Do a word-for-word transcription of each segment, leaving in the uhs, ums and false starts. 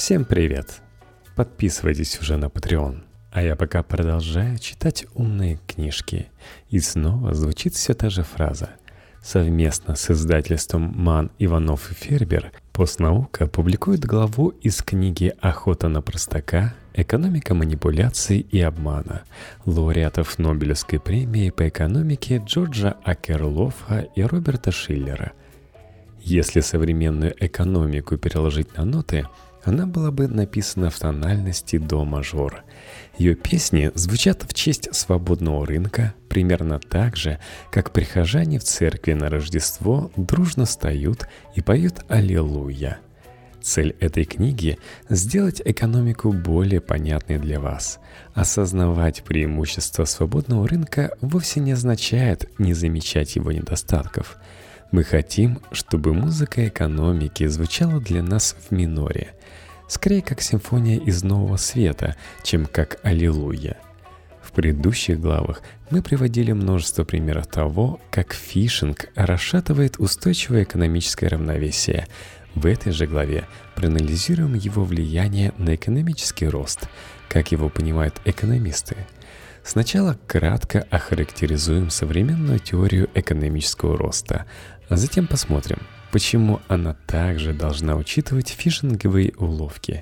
Всем привет! Подписывайтесь уже на Patreon. А я пока продолжаю читать умные книжки. И снова звучит все та же фраза. Совместно с издательством МАН, Иванов и Фербер Постнаука публикует главу из книги «Охота на простака. Экономика манипуляций и обмана» лауреатов Нобелевской премии по экономике Джорджа Акерлофа и Роберта Шиллера. Если современную экономику переложить на ноты, она была бы написана в тональности до мажор. Ее песни звучат в честь свободного рынка примерно так же, как прихожане в церкви на Рождество дружно встают и поют «Аллилуйя». Цель этой книги – сделать экономику более понятной для вас. Осознавать преимущества свободного рынка вовсе не означает не замечать его недостатков. Мы хотим, чтобы музыка экономики звучала для нас в миноре, скорее как симфония из Нового Света, чем как «Аллилуйя». В предыдущих главах мы приводили множество примеров того, как фишинг расшатывает устойчивое экономическое равновесие. В этой же главе проанализируем его влияние на экономический рост, как его понимают экономисты. Сначала кратко охарактеризуем современную теорию экономического роста, а затем посмотрим, почему она также должна учитывать фишинговые уловки.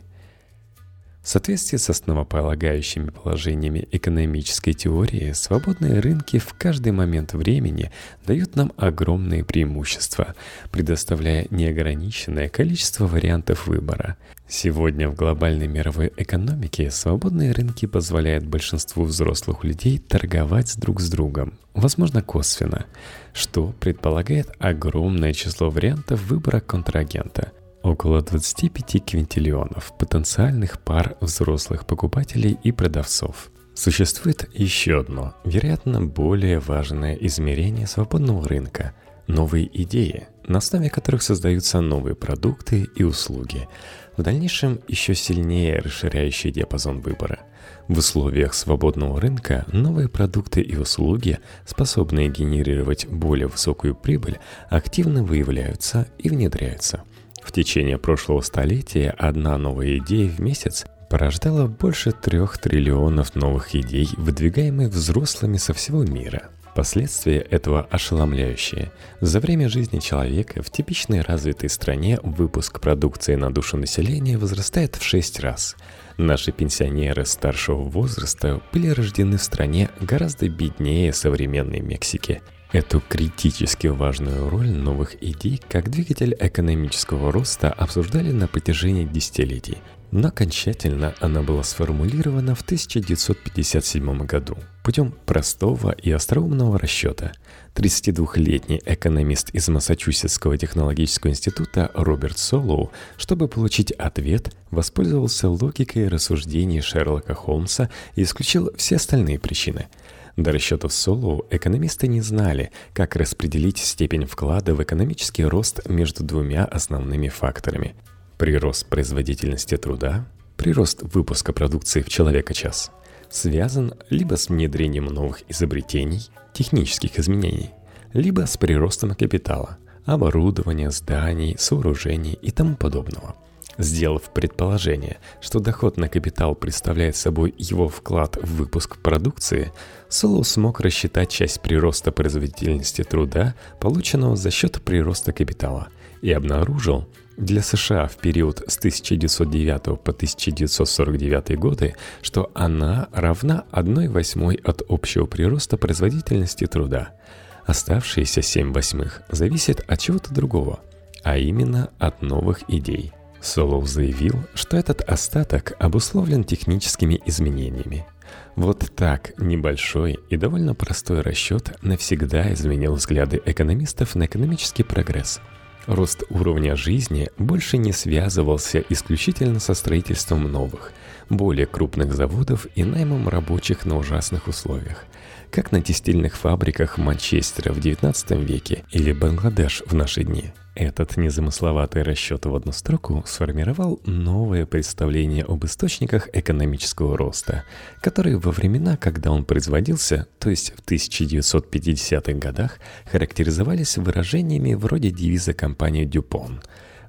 В соответствии с основополагающими положениями экономической теории, свободные рынки в каждый момент времени дают нам огромные преимущества, предоставляя неограниченное количество вариантов выбора. Сегодня в глобальной мировой экономике свободные рынки позволяют большинству взрослых людей торговать друг с другом, возможно, косвенно, что предполагает огромное число вариантов выбора контрагента. Около двадцати пяти квинтиллионов потенциальных пар взрослых покупателей и продавцов. Существует еще одно, вероятно, более важное измерение свободного рынка – новые идеи, на основе которых создаются новые продукты и услуги, в дальнейшем еще сильнее расширяющий диапазон выбора. В условиях свободного рынка новые продукты и услуги, способные генерировать более высокую прибыль, активно выявляются и внедряются. В течение прошлого столетия одна новая идея в месяц порождала больше трех триллионов новых идей, выдвигаемых взрослыми со всего мира. Последствия этого ошеломляющие. За время жизни человека в типичной развитой стране выпуск продукции на душу населения возрастает в шесть раз. Наши пенсионеры старшего возраста были рождены в стране гораздо беднее современной Мексики. Эту критически важную роль новых идей как двигатель экономического роста обсуждали на протяжении десятилетий, но окончательно она была сформулирована в тысяча девятьсот пятьдесят седьмом году путем простого и остроумного расчета. тридцатидвухлетний экономист из Массачусетского технологического института Роберт Солоу, чтобы получить ответ, воспользовался логикой рассуждений Шерлока Холмса и исключил все остальные причины. До расчетов Солоу экономисты не знали, как распределить степень вклада в экономический рост между двумя основными факторами. Прирост производительности труда, прирост выпуска продукции в человека-час, связан либо с внедрением новых изобретений, технических изменений, либо с приростом капитала, оборудования, зданий, сооружений и тому подобного. Сделав предположение, что доход на капитал представляет собой его вклад в выпуск продукции, Солоу смог рассчитать часть прироста производительности труда, полученного за счет прироста капитала, и обнаружил, для США в период с тысяча девятьсот девятого по тысяча девятьсот сорок девятый годы, что она равна одной восьмой от общего прироста производительности труда. Оставшиеся семь восьмых зависят от чего-то другого, а именно от новых идей. Солоу заявил, что этот остаток обусловлен техническими изменениями. Вот так небольшой и довольно простой расчет навсегда изменил взгляды экономистов на экономический прогресс. Рост уровня жизни больше не связывался исключительно со строительством новых, более крупных заводов и наймом рабочих на ужасных условиях, как на текстильных фабриках Манчестера в девятнадцатом веке или Бангладеш в наши дни. Этот незамысловатый расчет в одну строку сформировал новое представление об источниках экономического роста, которые во времена, когда он производился, то есть в тысяча девятьсот пятидесятых годах, характеризовались выражениями вроде девиза компании Дюпон: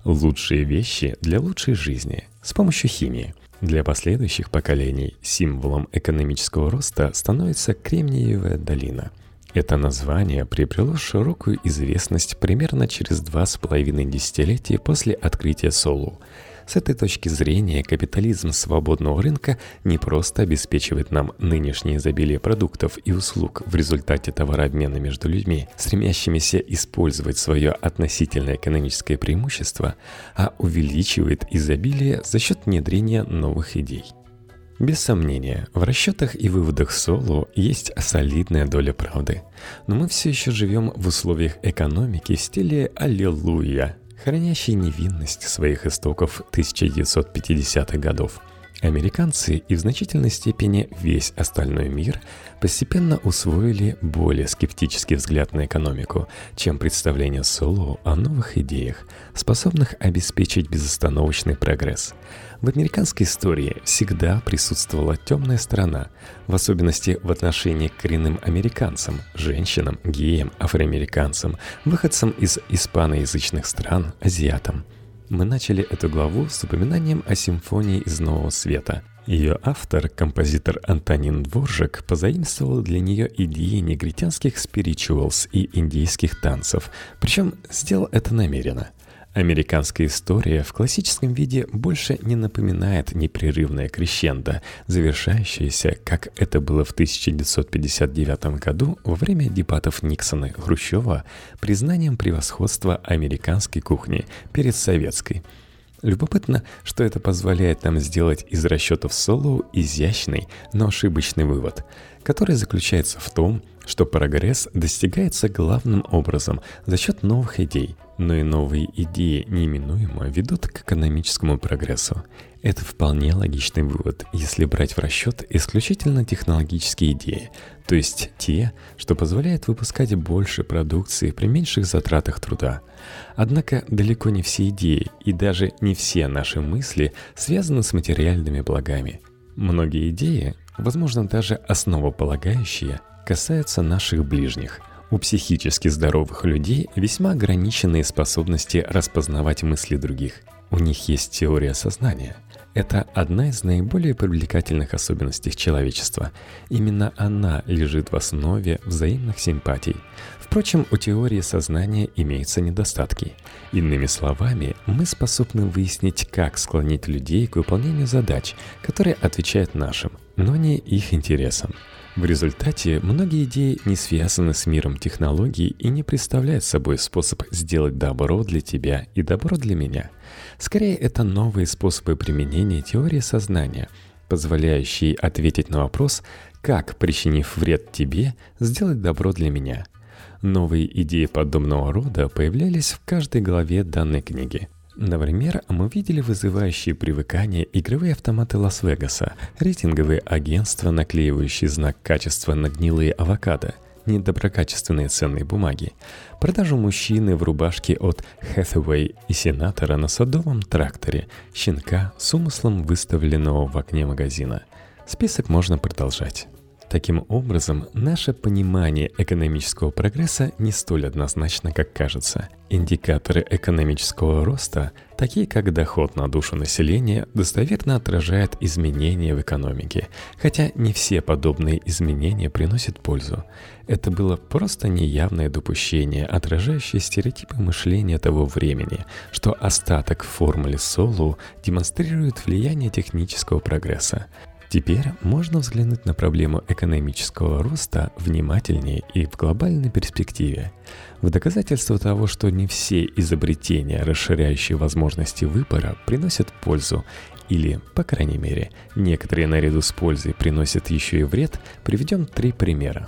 Лучшие вещи для лучшей жизни с помощью химии. Для последующих поколений символом экономического роста становится Кремниевая долина. Это название приобрело широкую известность примерно через два с половиной десятилетия после открытия Солу. С этой точки зрения капитализм свободного рынка не просто обеспечивает нам нынешнее изобилие продуктов и услуг в результате товарообмена между людьми, стремящимися использовать свое относительное экономическое преимущество, а увеличивает изобилие за счет внедрения новых идей. Без сомнения, в расчетах и выводах Солу есть солидная доля правды. Но мы все еще живем в условиях экономики в стиле «Аллилуйя», хранящей невинность своих истоков тысяча девятьсот пятидесятых годов. Американцы и в значительной степени весь остальной мир постепенно усвоили более скептический взгляд на экономику, чем представление Солу о новых идеях, способных обеспечить безостановочный прогресс. В американской истории всегда присутствовала темная сторона, в особенности в отношении к коренным американцам, женщинам, геям, афроамериканцам, выходцам из испаноязычных стран, азиатам. Мы начали эту главу с упоминанием о симфонии из Нового Света. Ее автор, композитор Антонин Дворжак, позаимствовал для нее идеи негритянских спиричуалс и индийских танцев, причем сделал это намеренно. Американская история в классическом виде больше не напоминает непрерывное крещендо, завершающееся, как это было в тысяча девятьсот пятьдесят девятом году во время дебатов Никсона и Хрущева, признанием превосходства американской кухни перед советской. Любопытно, что это позволяет нам сделать из расчетов Солу изящный, но ошибочный вывод, который заключается в том, что прогресс достигается главным образом за счет новых идей, но и новые идеи неминуемо ведут к экономическому прогрессу. Это вполне логичный вывод, если брать в расчет исключительно технологические идеи, то есть те, что позволяют выпускать больше продукции при меньших затратах труда. Однако далеко не все идеи и даже не все наши мысли связаны с материальными благами. Многие идеи, возможно, даже основополагающие, касаются наших ближних. У психически здоровых людей весьма ограниченные способности распознавать мысли других. У них есть теория сознания. Это одна из наиболее привлекательных особенностей человечества. Именно она лежит в основе взаимных симпатий. Впрочем, у теории сознания имеются недостатки. Иными словами, мы способны выяснить, как склонить людей к выполнению задач, которые отвечают нашим, но не их интересам. В результате многие идеи не связаны с миром технологий и не представляют собой способ сделать добро для тебя и добро для меня. Скорее, это новые способы применения теории сознания, позволяющие ответить на вопрос, как, причинив вред тебе, сделать добро для меня. Новые идеи подобного рода появлялись в каждой главе данной книги. Например, мы видели вызывающие привыкание игровые автоматы Лас-Вегаса, рейтинговые агентства, наклеивающие знак качества на гнилые авокадо, недоброкачественные ценные бумаги, продажу мужчины в рубашке от Hathaway и сенатора на садовом тракторе, щенка с умыслом выставленного в окне магазина. Список можно продолжать. Таким образом, наше понимание экономического прогресса не столь однозначно, как кажется. Индикаторы экономического роста, такие как доход на душу населения, достоверно отражают изменения в экономике, хотя не все подобные изменения приносят пользу. Это было просто неявное допущение, отражающее стереотипы мышления того времени, что остаток в формуле Солу демонстрирует влияние технического прогресса. Теперь можно взглянуть на проблему экономического роста внимательнее и в глобальной перспективе. В доказательство того, что не все изобретения, расширяющие возможности выбора, приносят пользу, или, по крайней мере, некоторые наряду с пользой приносят еще и вред, приведем три примера.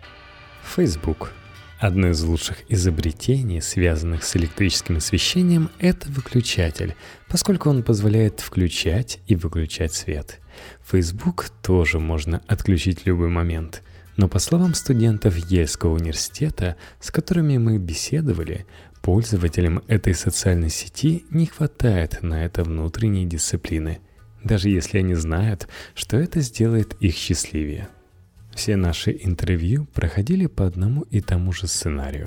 Facebook. Одно из лучших изобретений, связанных с электрическим освещением, это выключатель, поскольку он позволяет включать и выключать свет. Facebook тоже можно отключить в любой момент, но по словам студентов Ельского университета, с которыми мы беседовали, пользователям этой социальной сети не хватает на это внутренней дисциплины, даже если они знают, что это сделает их счастливее. Все наши интервью проходили по одному и тому же сценарию.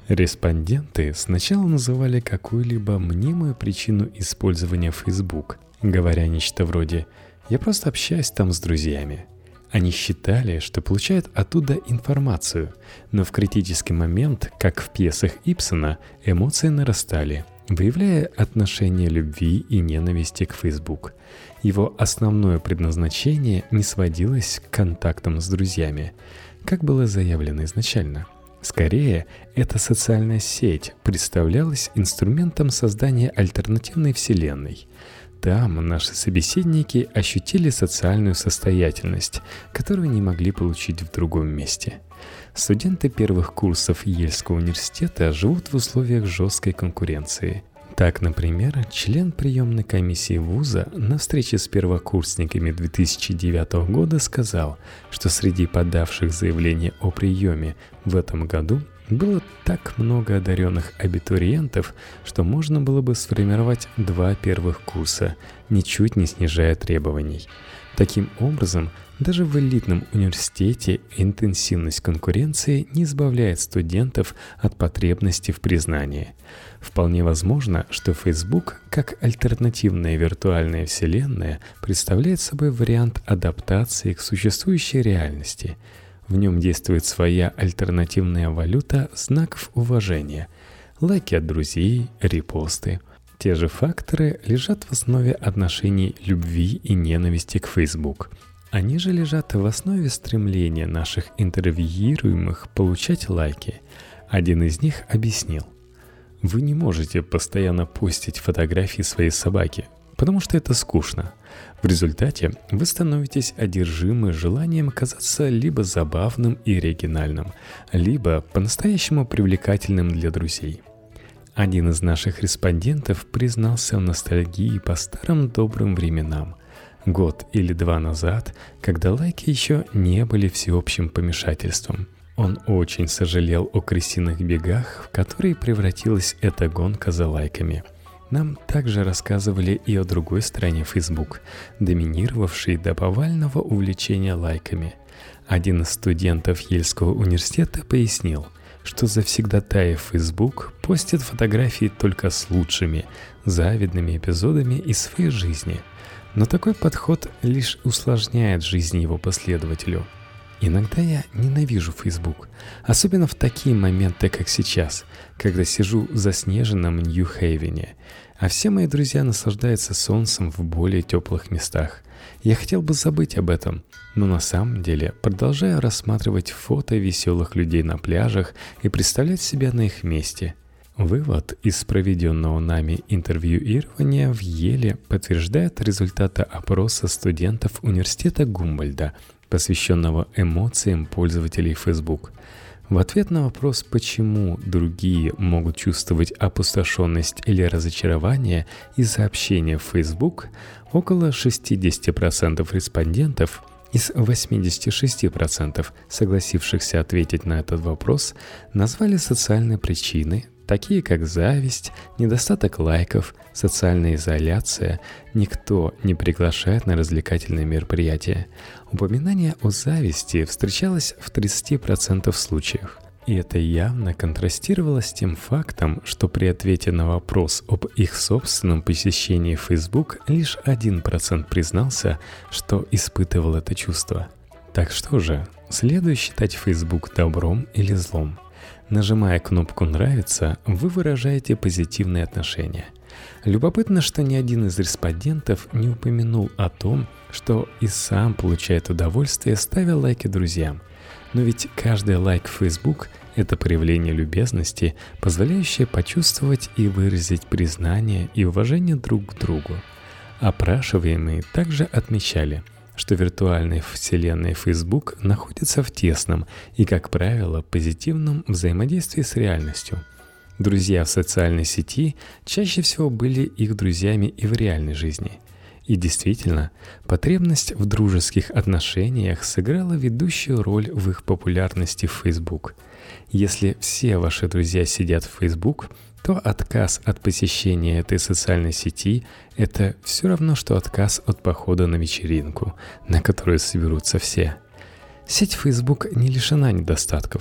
Респонденты сначала называли какую-либо мнимую причину использования Facebook, говоря нечто вроде «я просто общаюсь там с друзьями». Они считали, что получают оттуда информацию, но в критический момент, как в пьесах Ибсена, эмоции нарастали, выявляя отношение любви и ненависти к Facebook. Его основное предназначение не сводилось к контактам с друзьями, как было заявлено изначально. Скорее, эта социальная сеть представлялась инструментом создания альтернативной вселенной. Там наши собеседники ощутили социальную состоятельность, которую не могли получить в другом месте. Студенты первых курсов Йельского университета живут в условиях жесткой конкуренции. Так, например, член приемной комиссии вуза на встрече с первокурсниками две тысячи девятого года сказал, что среди подавших заявление о приеме в этом году было так много одаренных абитуриентов, что можно было бы сформировать два первых курса, ничуть не снижая требований. Таким образом, даже в элитном университете интенсивность конкуренции не избавляет студентов от потребности в признании. Вполне возможно, что Facebook, как альтернативная виртуальная вселенная, представляет собой вариант адаптации к существующей реальности. В нем действует своя альтернативная валюта знаков уважения. Лайки от друзей, репосты. Те же факторы лежат в основе отношений любви и ненависти к Facebook. Они же лежат в основе стремления наших интервьюируемых получать лайки. Один из них объяснил: «Вы не можете постоянно постить фотографии своей собаки, потому что это скучно. В результате вы становитесь одержимы желанием казаться либо забавным и оригинальным, либо по-настоящему привлекательным для друзей». Один из наших респондентов признался в ностальгии по старым добрым временам. Год или два назад, когда лайки еще не были всеобщим помешательством. Он очень сожалел о крысиных бегах, в которые превратилась эта гонка за лайками. Нам также рассказывали и о другой стороне Facebook, доминировавшей до повального увлечения лайками. Один из студентов Йельского университета пояснил, что завсегдатаи Facebook постят фотографии только с лучшими, завидными эпизодами из своей жизни. Но такой подход лишь усложняет жизнь его последователю. Иногда я ненавижу Facebook, особенно в такие моменты, как сейчас, когда сижу в заснеженном Нью-Хейвене, а все мои друзья наслаждаются солнцем в более теплых местах. Я хотел бы забыть об этом, но на самом деле продолжаю рассматривать фото веселых людей на пляжах и представлять себя на их месте. Вывод из проведенного нами интервьюирования в Йеле подтверждает результаты опроса студентов университета Гумбольдта, посвященного эмоциям пользователей Facebook. В ответ на вопрос, почему другие могут чувствовать опустошенность или разочарование из-за общения в Facebook, около шестьдесят процентов респондентов из восемьдесят шесть процентов согласившихся ответить на этот вопрос назвали социальные причины, такие как зависть, недостаток лайков, социальная изоляция, никто не приглашает на развлекательные мероприятия. Упоминание о зависти встречалось в тридцати процентах случаев. И это явно контрастировало с тем фактом, что при ответе на вопрос об их собственном посещении Facebook лишь один процент признался, что испытывал это чувство. Так что же, следует считать Facebook добром или злом? Нажимая кнопку «Нравится», вы выражаете позитивные отношения. Любопытно, что ни один из респондентов не упомянул о том, что и сам получает удовольствие, ставя лайки друзьям. Но ведь каждый лайк в Facebook – это проявление любезности, позволяющее почувствовать и выразить признание и уважение друг к другу. Опрашиваемые также отмечали, что виртуальная вселенная Facebook находится в тесном и, как правило, позитивном взаимодействии с реальностью. Друзья в социальной сети чаще всего были их друзьями и в реальной жизни. И действительно, потребность в дружеских отношениях сыграла ведущую роль в их популярности в Facebook. Если все ваши друзья сидят в Facebook, то отказ от посещения этой социальной сети – это все равно, что отказ от похода на вечеринку, на которую соберутся все. Сеть Facebook не лишена недостатков.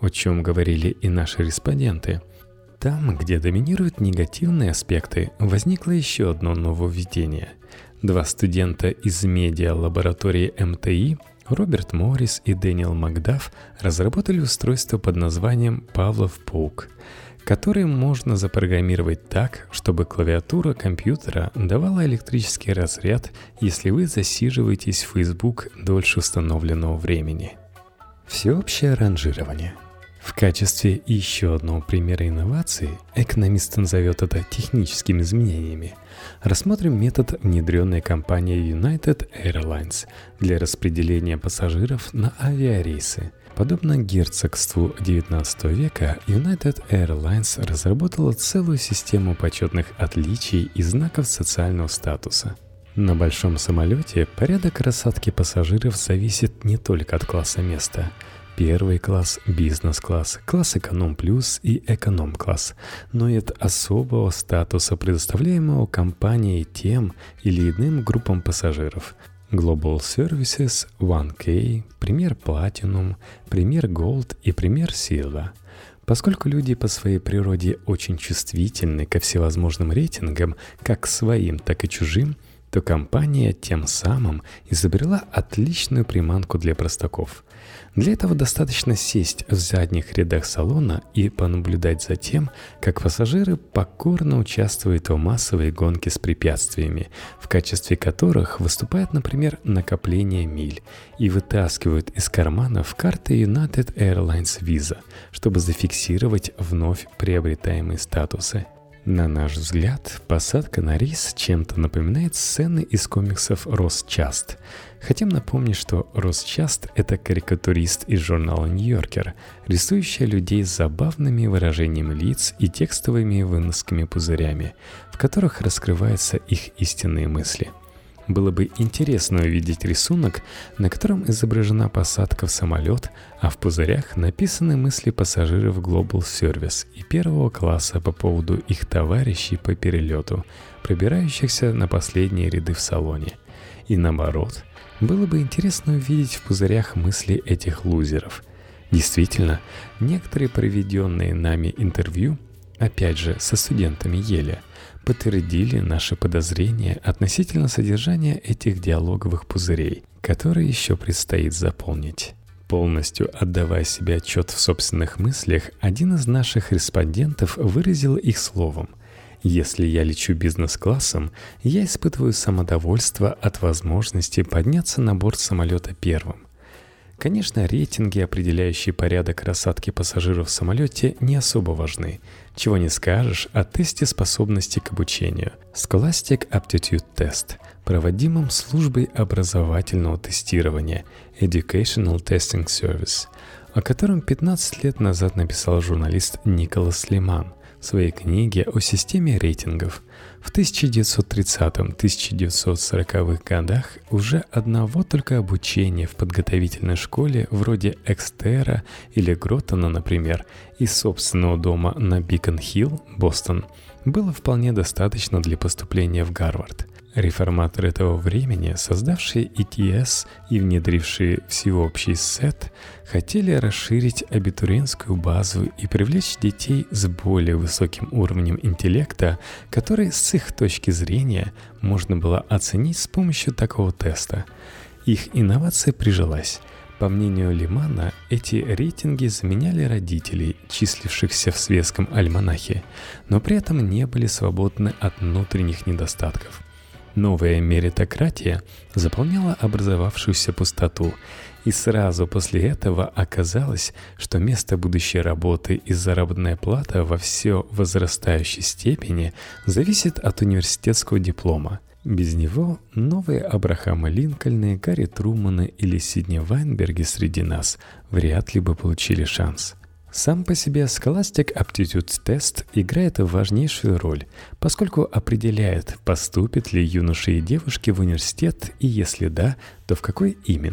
о чем говорили и наши респонденты. Там, где доминируют негативные аспекты, возникло еще одно нововведение. Два студента из медиа-лаборатории эм тэ и, Роберт Моррис и Дэниел Макдаф, разработали устройство под названием Pavlov паук, который можно запрограммировать так, чтобы клавиатура компьютера давала электрический разряд, если вы засиживаетесь в Facebook дольше установленного времени. Всеобщее ранжирование. В качестве еще одного примера инновации, экономист назовет это техническими изменениями, рассмотрим метод, внедренный компанией United Airlines для распределения пассажиров на авиарейсы. Подобно герцогству девятнадцатого века, United Airlines разработала целую систему почетных отличий и знаков социального статуса. На большом самолете порядок рассадки пассажиров зависит не только от класса места. Первый класс, бизнес-класс, класс эконом-плюс и эконом-класс, но и от особого статуса, предоставляемого компанией тем или иным группам пассажиров. Global Services, один кей, Premier Platinum, Premier Gold и Premier Silver. Поскольку люди по своей природе очень чувствительны ко всевозможным рейтингам, как своим, так и чужим, то компания тем самым изобрела отличную приманку для простаков. Для этого достаточно сесть в задних рядах салона и понаблюдать за тем, как пассажиры покорно участвуют в массовой гонке с препятствиями, в качестве которых выступает, например, накопление миль, и вытаскивают из карманов карты United Airlines Visa, чтобы зафиксировать вновь приобретаемые статусы. На наш взгляд, посадка на рейс чем-то напоминает сцены из комиксов Росчаст. Хотим напомнить, что Росчаст — это карикатурист из журнала «Нью-Йоркер», рисующий людей с забавными выражениями лиц и текстовыми выносками пузырями, в которых раскрываются их истинные мысли. Было бы интересно увидеть рисунок, на котором изображена посадка в самолет, а в пузырях написаны мысли пассажиров Global Service и первого класса по поводу их товарищей по перелету, пробирающихся на последние ряды в салоне. И наоборот, было бы интересно увидеть в пузырях мысли этих лузеров. Действительно, некоторые проведенные нами интервью, опять же со студентами Еля, подтвердили наши подозрения относительно содержания этих диалоговых пузырей, которые еще предстоит заполнить. Полностью отдавая себе отчет в собственных мыслях, один из наших респондентов выразил их словом: «Если я лечу бизнес-классом, я испытываю самодовольство от возможности подняться на борт самолета первым». Конечно, рейтинги, определяющие порядок рассадки пассажиров в самолете, не особо важны. Чего не скажешь о тесте способности к обучению Scholastic Aptitude Test, проводимом службой образовательного тестирования Educational Testing Service, о котором пятнадцать лет назад написал журналист Николас Леман в своей книге о системе рейтингов. В тысяча девятьсот тридцатых — тысяча девятьсот сороковых годах уже одного только обучения в подготовительной школе вроде Экстера или Гроттона, например, из собственного дома на Бикон-Хилл, Бостон, было вполне достаточно для поступления в Гарвард. Реформаторы этого времени, создавшие и ти эс и внедрившие всеобщий сет, хотели расширить абитуриентскую базу и привлечь детей с более высоким уровнем интеллекта, который с их точки зрения можно было оценить с помощью такого теста. Их инновация прижилась. По мнению Лемана, эти рейтинги заменяли родителей, числившихся в светском альманахе, но при этом не были свободны от внутренних недостатков. Новая меритократия заполняла образовавшуюся пустоту, и сразу после этого оказалось, что место будущей работы и заработная плата во все возрастающей степени зависит от университетского диплома. Без него новые Абрахамы Линкольны, Гарри Труманы или Сидни Вайнберги среди нас вряд ли бы получили шанс. Сам по себе Scholastic Aptitude Test играет важнейшую роль, поскольку определяет, поступят ли юноши и девушки в университет, и если да, то в какой именно.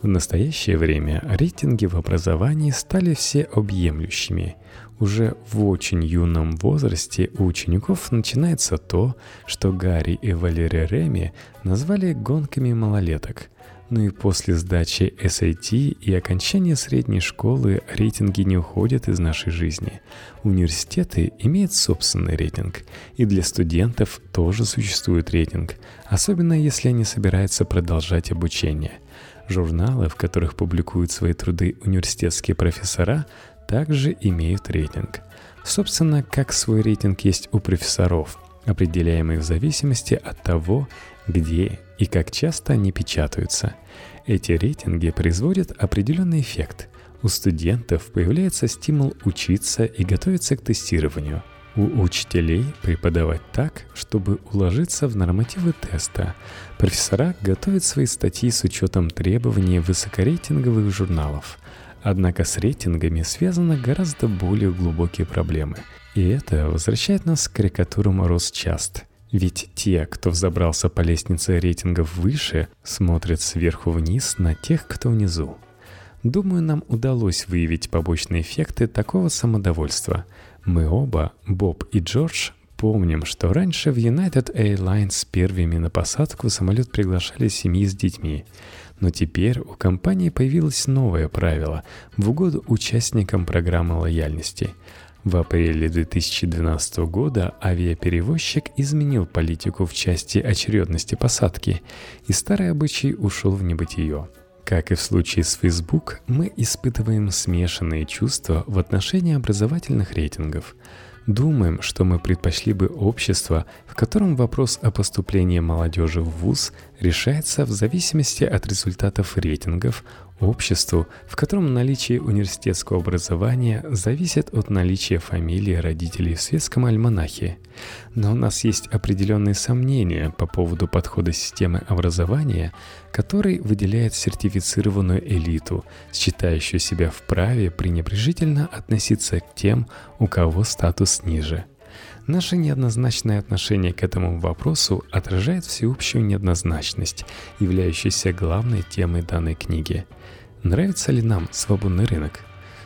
В настоящее время рейтинги в образовании стали всеобъемлющими. Уже в очень юном возрасте у учеников начинается то, что Гарри и Валери Реми назвали гонками малолеток. Ну и после сдачи эс эй ти и окончания средней школы рейтинги не уходят из нашей жизни. Университеты имеют собственный рейтинг, и для студентов тоже существует рейтинг, особенно если они собираются продолжать обучение. Журналы, в которых публикуют свои труды университетские профессора, также имеют рейтинг. Собственно, как свой рейтинг есть у профессоров, определяемый в зависимости от того, где и как часто они печатаются. Эти рейтинги производят определенный эффект. У студентов появляется стимул учиться и готовиться к тестированию. У учителей преподавать так, чтобы уложиться в нормативы теста. Профессора готовят свои статьи с учетом требований высокорейтинговых журналов. Однако с рейтингами связаны гораздо более глубокие проблемы. И это возвращает нас к карикатурам Росчаст. Ведь те, кто взобрался по лестнице рейтингов выше, смотрят сверху вниз на тех, кто внизу. Думаю, нам удалось выявить побочные эффекты такого самодовольства. Мы оба, Боб и Джордж, помним, что раньше в United Airlines первыми на посадку в самолет приглашали семьи с детьми. Но теперь у компании появилось новое правило в угоду участникам программы лояльности. В апреле две тысячи двенадцатого года авиаперевозчик изменил политику в части очередности посадки, и старый обычай ушел в небытие. Как и в случае с Facebook, мы испытываем смешанные чувства в отношении образовательных рейтингов. Думаем, что мы предпочли бы общество, в котором вопрос о поступлении молодежи в вуз решается в зависимости от результатов рейтингов, обществу, в котором наличие университетского образования зависит от наличия фамилии родителей в светском альманахе. Но у нас есть определенные сомнения по поводу подхода системы образования, который выделяет сертифицированную элиту, считающую себя вправе пренебрежительно относиться к тем, у кого статус ниже. Наше неоднозначное отношение к этому вопросу отражает всеобщую неоднозначность, являющуюся главной темой данной книги. Нравится ли нам свободный рынок?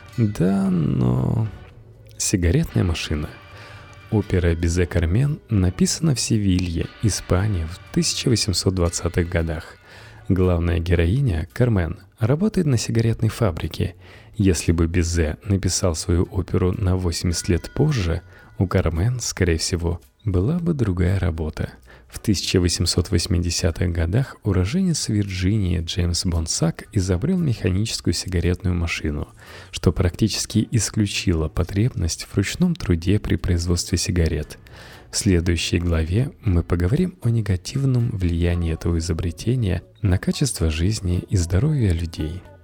Да, но... Сигаретная машина. Опера «Безе Кармен» написана в Севилье, Испания, в тысяча восемьсот двадцатых годах. Главная героиня, Кармен, работает на сигаретной фабрике. Если бы Безе написал свою оперу на восемьдесят лет позже, у Кармен, скорее всего, была бы другая работа. В тысяча восемьсот восьмидесятых годах уроженец Вирджинии Джеймс Бонсак изобрел механическую сигаретную машину, что практически исключило потребность в ручном труде при производстве сигарет. В следующей главе мы поговорим о негативном влиянии этого изобретения на качество жизни и здоровье людей.